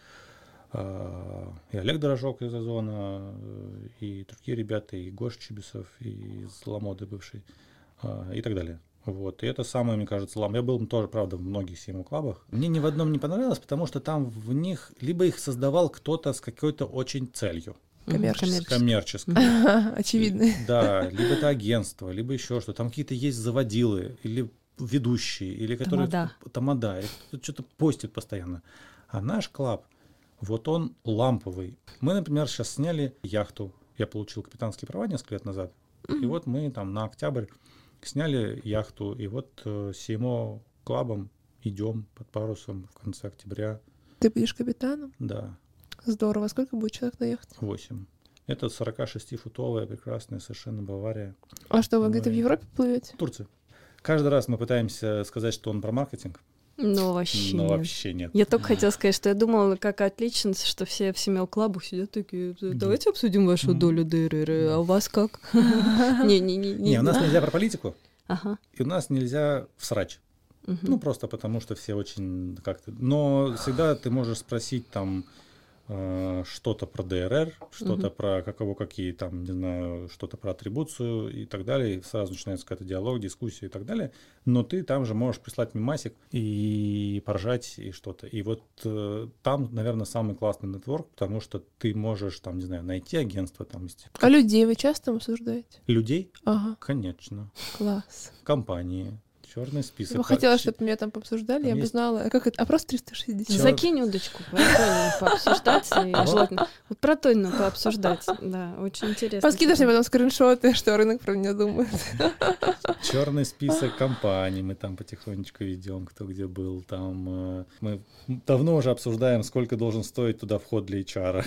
а, и Олег Дорожок из Озона, и другие ребята, и Гоша Чибисов, и из Ламоды бывший, а, и так далее. Вот. И это самое, мне кажется, лам. Я был тоже, правда, в многих си эм о-клабах. Мне ни в одном не понравилось, потому что там в них либо их создавал кто-то с какой-то очень целью. Мгм, Коммерческий. Коммерческой. Очевидно. Да, либо это агентство, либо еще что. Там какие-то есть заводилы или ведущие, или которые... Тамада. Тамада. И кто-то что-то постит постоянно. А наш клаб, вот он ламповый. Мы, например, сейчас сняли яхту. Я получил капитанские права несколько лет назад. И вот мы там на октябрь сняли яхту. И вот э, си эм о клабом идем под парусом в конце октября. Ты будешь капитаном? Да, Здорово. Сколько будет человек на яхте? восемь. Это сорокашестифутовая прекрасная совершенно Бавария. А что, вы где-то в Мы- Европе плывете? Турция. Каждый раз мы пытаемся сказать, что он про маркетинг, Ну, вообще но нет. вообще нет. Я только хотела сказать, что я думала, как отлично, что все в семей клабах сидят такие, давайте обсудим вашу Мгм. долю ДРР, а у вас как? Не-не-не. Не, у нас нельзя про политику, Ага. и у нас нельзя в срач. Мгм. Ну, просто потому что все очень как-то... Но всегда ты можешь спросить там э, что-то про ДРР, что-то Мгм. про какого какие там, не знаю, что-то про атрибуцию и так далее. И сразу начинается какой-то диалог, дискуссия и так далее. Но ты там же можешь прислать мемасик и поржать и что-то. И вот э, там, наверное, самый классный нетворк, потому что ты можешь там, не знаю, найти агентство там есть. А людей вы часто обсуждаете? Людей, Ага, конечно, класс. компании, черный список. Я бы хотела, Короче, чтобы меня там пообсуждали, там я бы есть- знала. А как это? Опрос триста шестьдесят. Чё? Закинь удочку, прикольно пообсуждать, и Ага. желательно вот про Тонину пообсуждать, да, очень интересно. Поскидываешь мне потом скриншоты, что рынок про меня думает. черный список компаний мы там потихонечку ведем, кто где был. Там э, мы давно уже обсуждаем, сколько должен стоить туда вход для эйч ар.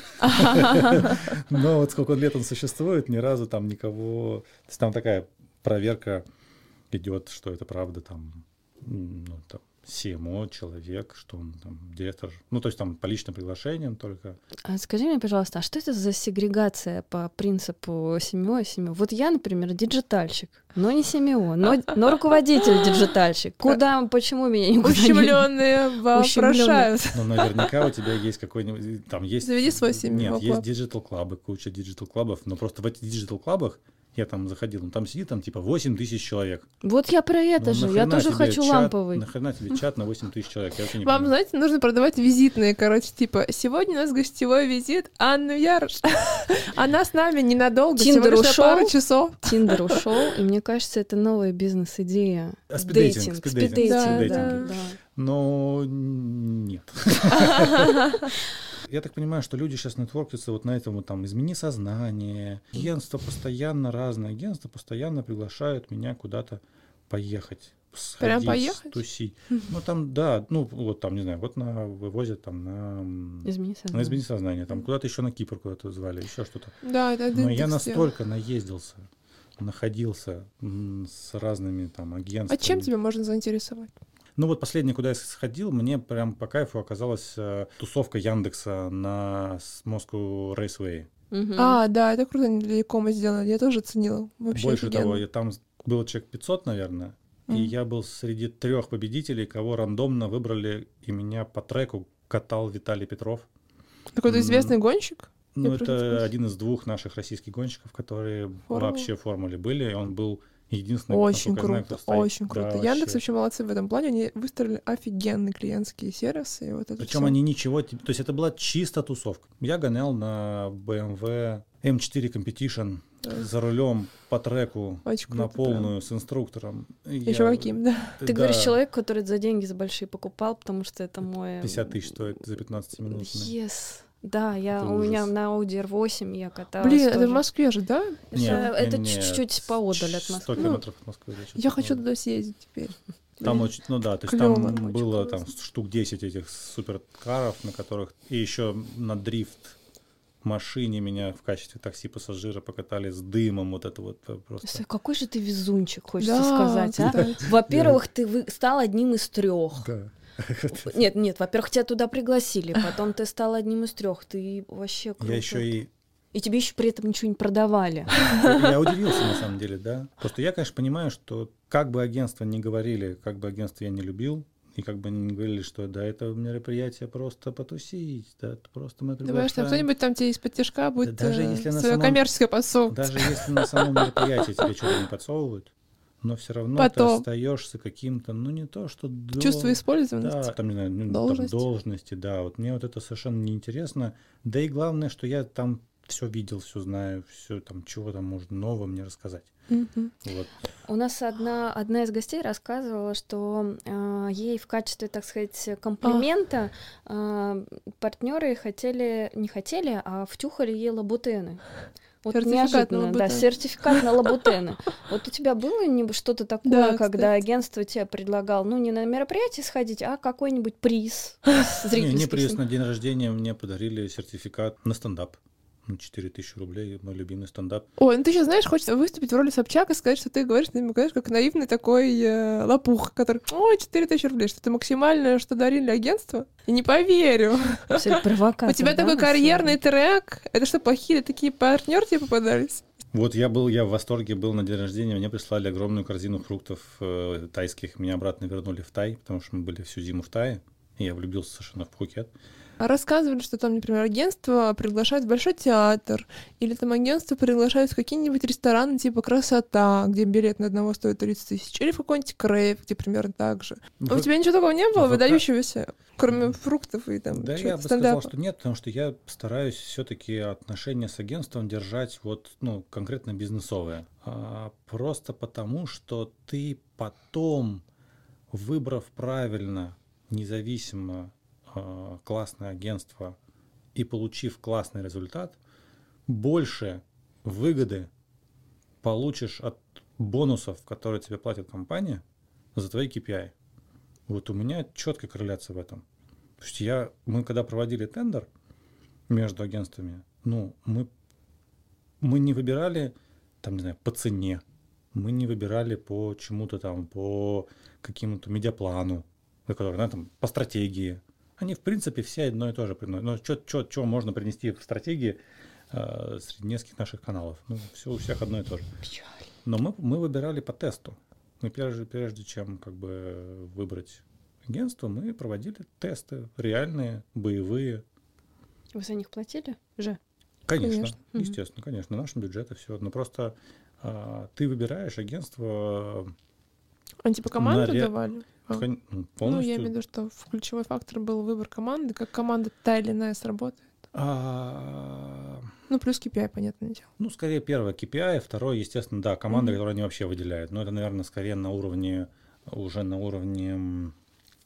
Но вот сколько лет он существует, ни разу там никого... То есть там такая проверка идет, что это правда там, м, ну, там си эм о, человек, что он там директор. Ну, то есть там по личным приглашениям только. А скажи мне, пожалуйста, а что это за сегрегация по принципу семьи семьи? Вот я, например, диджитальщик, но не семьо, но, но руководитель диджитальщик. Куда, почему меня никуда не... Ущемленные Ущемлённые. вопрошают. Но наверняка у тебя есть какой-нибудь... Там есть... Заведи свой си эм о Нет, клаб. есть диджитал-клабы, куча диджитал-клабов, но просто в этих диджитал-клабах я там заходил, ну, там сидит там типа восемь тысяч человек. Вот я про это Ну, же, я нахрена тоже тебе хочу чат- ламповый. Нахрена тебе чат на восемь тысяч человек? Я вообще не Вам, понимаю. знаете, нужно продавать визитные, короче, типа, сегодня у нас гостевой визит Анны Ярош. Она с нами ненадолго, всего Тиндер лишь на ушёл? пару часов. Tindr ушел, и мне кажется, это новая бизнес-идея. А спиддейтинг, Дейтинг, спиддейтинг, спиддейтинг, да, спиддейтинг. да. Но нет. Я так понимаю, что люди сейчас нетворкятся вот на этом вот там «измени сознание». Агентства постоянно, разные агентства постоянно приглашают меня куда-то поехать. Прям сходить, поехать? тусить. Ну там, да, ну вот там, не знаю, вот на, вывозят там на, м, Измени на сознание. «измени сознание», там куда-то еще на Кипр куда-то звали, еще что-то. Да, это Но я индекс настолько наездился, находился м, с разными там А агентствами. чем тебя можно заинтересовать? Ну вот последнее, куда я сходил, мне прям по кайфу оказалась э, тусовка Яндекса на с- Moscow Raceway. Мгм. А, да, это круто, они для Якома сделали. Я тоже ценила. Вообще Больше офигенно. того, я, там было человек пятьсот, наверное, и Мгм. я был среди трех победителей, кого рандомно выбрали, и меня по треку катал Виталий Петров. Какой-то М. известный гонщик? Ну, Я просто не в это курсе. один из двух наших российских гонщиков, которые Формула. вообще в формуле были, и он был единственный, Очень насколько я знаю, круто, кто стоит. очень Да, круто. вообще. Яндекс вообще молодцы в этом плане. Они выстроили офигенные клиентские сервисы. И вот это Причем всё. они ничего, тип- то есть это была чисто тусовка. Я гонял на бэ эм вэ эм четыре Competition Да. за рулем по треку Очень на круто, полную с инструктором. И Еще я- каким, да. Ты да, говоришь, человек, который за деньги за большие покупал, потому что это мой... пятьдесят тысяч стоит за пятнадцатиминутный. Yes. Да, я, Это у ужас. меня на Audi эр восемь я каталась. Блин, это тоже. в Москве же, да? Не, Это, это не, чуть-чуть поодаль от сто Москвы. километров от Москвы. да, Я что-то хочу такое. туда съездить теперь. Там Блин. очень, ну да, то есть Клёво, там очень было классно. там штук десять этих суперкаров, на которых и еще на дрифт машине меня в качестве такси пассажира покатали с дымом, вот это вот просто. Слушай, какой же ты везунчик, хочется Да, сказать, а? кстати. Во-первых, ты вы- стал одним из трех. Да. Нет, нет, во-первых, тебя туда пригласили, потом ты стал одним из трех. Ты вообще круто. Я еще и И тебе еще при этом ничего не продавали. я удивился на самом деле, да. Просто я, конечно, понимаю, что как бы агентства не говорили, как бы агентство я не любил, и как бы они не говорили, что да, это мероприятие просто потусить, да, это просто мы Давай, что приглашаем. кто-нибудь там тебе из-под тяжка будет Да даже э, если на своё самом- коммерческое подсовывать. Даже если на самом мероприятии тебе что-то не подсовывают, но все равно Потом. ты остаешься каким-то, ну не то, что до- Чувство использованности. Да, там, не знаю, ну, там Должности. должности, да. Вот мне вот это совершенно неинтересно. Да и главное, что я там все видел, все знаю, все там, чего там можно нового мне рассказать. Мгм. Вот. У нас одна, одна из гостей рассказывала, что э, ей в качестве, так сказать, комплимента э, партнеры хотели, не хотели, а втюхали ей лабутены. Вот Сертификат на неожиданно, да, лабутены. сертификат на лабутены. Вот у тебя было не- что-то такое, Да, когда кстати. агентство тебе предлагало, ну, не на мероприятие сходить, а какой-нибудь приз Не, зрительский? не приз на день рождения мне подарили сертификат на стендап. На четыре тысячи рублей, мой любимый стендап. Ой, ну ты сейчас, знаешь, хочется выступить в роли Собчак и сказать, что ты говоришь, ты намекаешь, как наивный такой э, лопух, который, ой, четыре тысячи рублей, что это максимальное, что дарили агентство? И не поверю. Все, провокатор, У тебя да, такой на карьерный самом деле? трек. Это что, плохие такие партнеры тебе попадались? Вот я был, я в восторге был на день рождения, мне прислали огромную корзину фруктов э, тайских, меня обратно вернули в Тай, потому что мы были всю зиму в Тае, и я влюбился совершенно в Пхукет. А рассказывали, что там, например, агентство приглашают в большой театр, или там агентство приглашают в какие-нибудь рестораны типа «Красота», где билет на одного стоит тридцать тысяч, или в какой-нибудь «Крейв», где примерно так же. А у В- тебя ничего такого не было, в- выдающегося, кроме фруктов и там Да, чего-то я бы стендапа? сказал, что нет, потому что я стараюсь все-таки отношения с агентством держать вот, ну, конкретно бизнесовые. А, просто потому, что ты потом, выбрав правильно, независимо а, классное агентство и получив классный результат, больше выгоды получишь от бонусов, которые тебе платит компания за твои кей пи ай. Вот у меня четкая корреляция в этом. То есть я, мы когда проводили тендер между агентствами, ну, мы, мы не выбирали, там, не знаю, по цене, мы не выбирали по чему-то там, по какому-то медиаплану, который, да, там, по стратегии. Они, в принципе, все одно и то же приносят. Но что можно принести в стратегии э, среди нескольких наших каналов? Ну, все у всех одно и то же. Но мы, мы выбирали по тесту. Мы прежде, прежде чем как бы выбрать агентство, мы проводили тесты реальные, боевые. Вы за них платили же? Конечно, Конечно. естественно, конечно, на нашем бюджете все. Но просто а, ты выбираешь агентство Они типа команду на ре- давали? А. кон- ну, Ну, я полностью. имею в виду, что ключевой фактор был выбор команды, как команда та или иная сработает. А, Ну, плюс кей пи ай, понятное дело. ну, скорее, первое кей пи ай, второе, естественно, да, команда, Мгм. которую они вообще выделяют. Но это, наверное, скорее на уровне, уже на уровне м,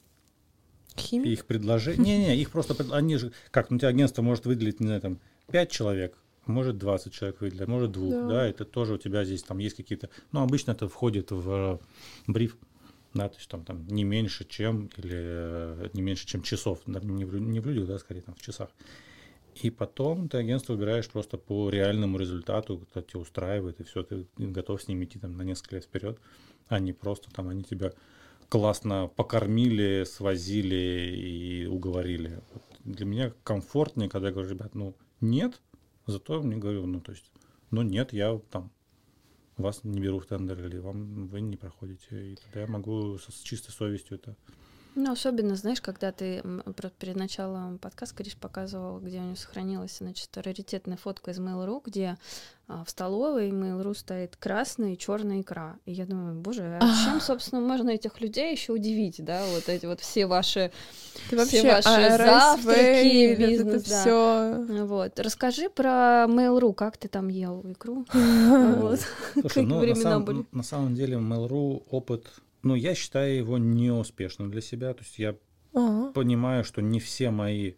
Химия? их предложений. Не-не, их просто, пред- они же, как, ну, у тебя агентство может выделить, не знаю, там, пять человек, может двадцать человек выделить, может двух, Да. да. это тоже у тебя здесь там есть какие-то, ну, обычно это входит в э, бриф, да, то есть там, там не меньше, чем, или э, не меньше, чем часов, да, не, в, лю- не в людях, да, скорее там в часах. И потом ты агентство выбираешь просто по реальному результату, кто тебя устраивает, и все, ты готов с ними идти там на несколько лет вперед, а не просто там они тебя классно покормили, свозили и уговорили. Вот для меня комфортнее, когда я говорю, ребят, ну нет, зато мне говорю, ну то есть, ну нет, я там вас не беру в тендер или вам вы не проходите, и тогда я могу со, с чистой совестью это. Ну, особенно, знаешь, когда ты м, про- перед началом подкаста Криш показывал, где у него сохранилась, значит, раритетная фотка из Mail.ru, где а, в столовой Mail.ru стоит красная и черная икра. И я думаю, боже, а чем, собственно, можно этих людей еще удивить, да, вот эти вот все ваши, Ты все вообще ваши АРСВ, завтраки, вот бизнес, это да. все. Вот. Расскажи про Mail.ru, как ты там ел икру? Вот. Слушай, Какие ну, на, времена самом, были? на самом деле Mail.ru опыт, ну, я считаю его неуспешным для себя. То есть я понимаю, что не все мои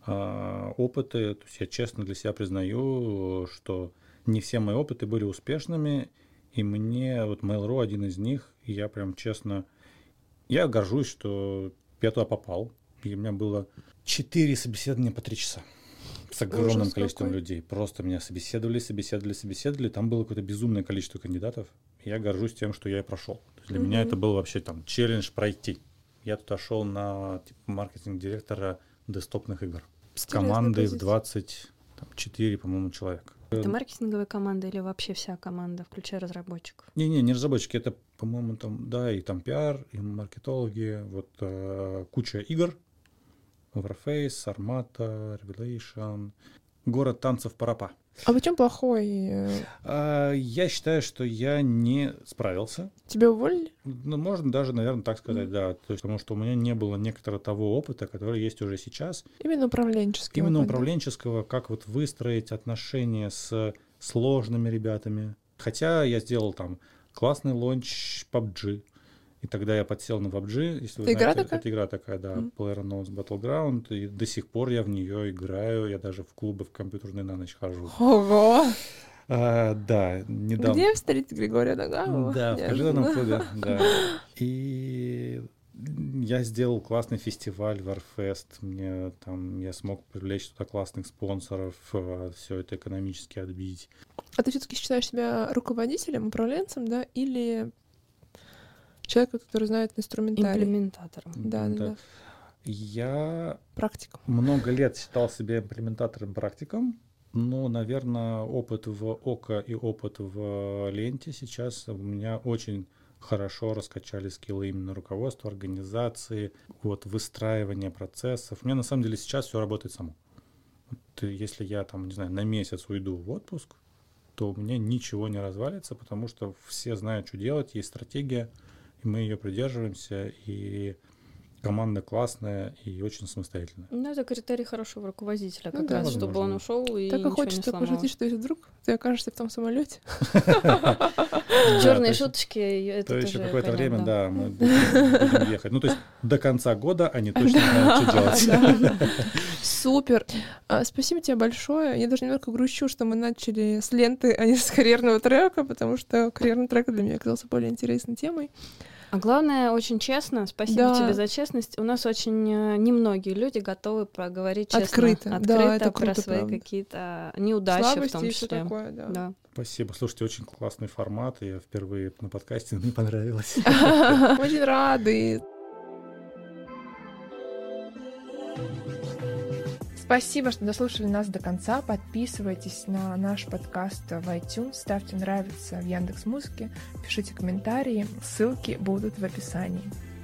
э, опыты. То есть я честно для себя признаю, что не все мои опыты были успешными, и мне вот Mail.ru один из них, и я прям честно, я горжусь, что я туда попал, и у меня было четыре собеседования по три часа с огромным Ужас количеством какой. людей. Просто меня собеседовали, собеседовали, собеседовали, там было какое-то безумное количество кандидатов, и я горжусь тем, что я прошел. То есть для Мгм. меня это был вообще там челлендж пройти. Я туда шел на типа, маркетинг-директора десктопных игр с Интересная командой в позиция. двадцать четыре, по-моему, человека. Это маркетинговая команда или вообще вся команда, включая разработчиков? Не-не, не разработчики, это, по-моему, там, да, и там пиар, и маркетологи, вот э, куча игр, Warface, Armata, Revelation, город танцев Парапа. А почему плохой? э, А, я считаю, что я не справился. Тебя уволили? Ну, можно даже, наверное, так сказать, Мгм. да. То есть, потому что у меня не было некоторого того опыта, который есть уже сейчас. Именно управленческий Именно опыт, да? управленческого, как вот выстроить отношения с сложными ребятами. Хотя я сделал там классный лонч пабг, и тогда я подсел на пабг. Если вы Это игра знаете, такая? это игра такая, да, Мгм. PlayerUnknown's Battleground, и до сих пор я в нее играю, я даже в клубы в компьютерные на ночь хожу. Ого! А, да, недавно. Где в столице Григория Нагамова? Да, в Неожиданно. каждом клубе, да. И я сделал классный фестиваль Warfest, мне там, я смог привлечь туда классных спонсоров, все это экономически отбить. А ты все-таки считаешь себя руководителем, управленцем, да, или человеком, который знает инструментарий? Имплементатором. Да, да, да. Я Практикум. много лет считал себя имплементатором-практиком, но, наверное, опыт в ОКО и опыт в ленте сейчас у меня очень хорошо раскачали скиллы именно руководства, организации, вот, выстраивания процессов. У меня на самом деле сейчас все работает само. Вот, если я там, не знаю, на месяц уйду в отпуск, то у меня ничего не развалится, потому что все знают, что делать, есть стратегия, и мы ее придерживаемся, и команда классная и очень самостоятельная. Ну, это критерий хорошего руководителя, Ну как да, раз, чтобы возможно. он ушел и Так и ничего хочется не сломалось. пошутить, что если вдруг ты окажешься в том самолете. Черные то шуточки, это То тоже еще какое-то время, понятно. да, мы будем, будем ехать. Ну, то есть до конца года они точно знают, что делать. Да. Супер. А, Спасибо тебе большое. Я даже немного грущу, что мы начали с ленты, а не с карьерного трека, потому что карьерный трек для меня оказался более интересной темой. А главное, очень честно, спасибо Да. тебе за честность. У нас очень э, немногие люди готовы проговорить честно, Открыто. Да, открыто это про круто, свои правда. какие-то неудачи в Слабости том и все числе. такое, да. Да. Спасибо. Слушайте, очень классный формат. Я впервые на подкасте, мне понравилось. Очень рады. Спасибо, что дослушали нас до конца. Подписывайтесь на наш подкаст в iTunes, ставьте нравится в Яндекс.Музыке, пишите комментарии, ссылки будут в описании.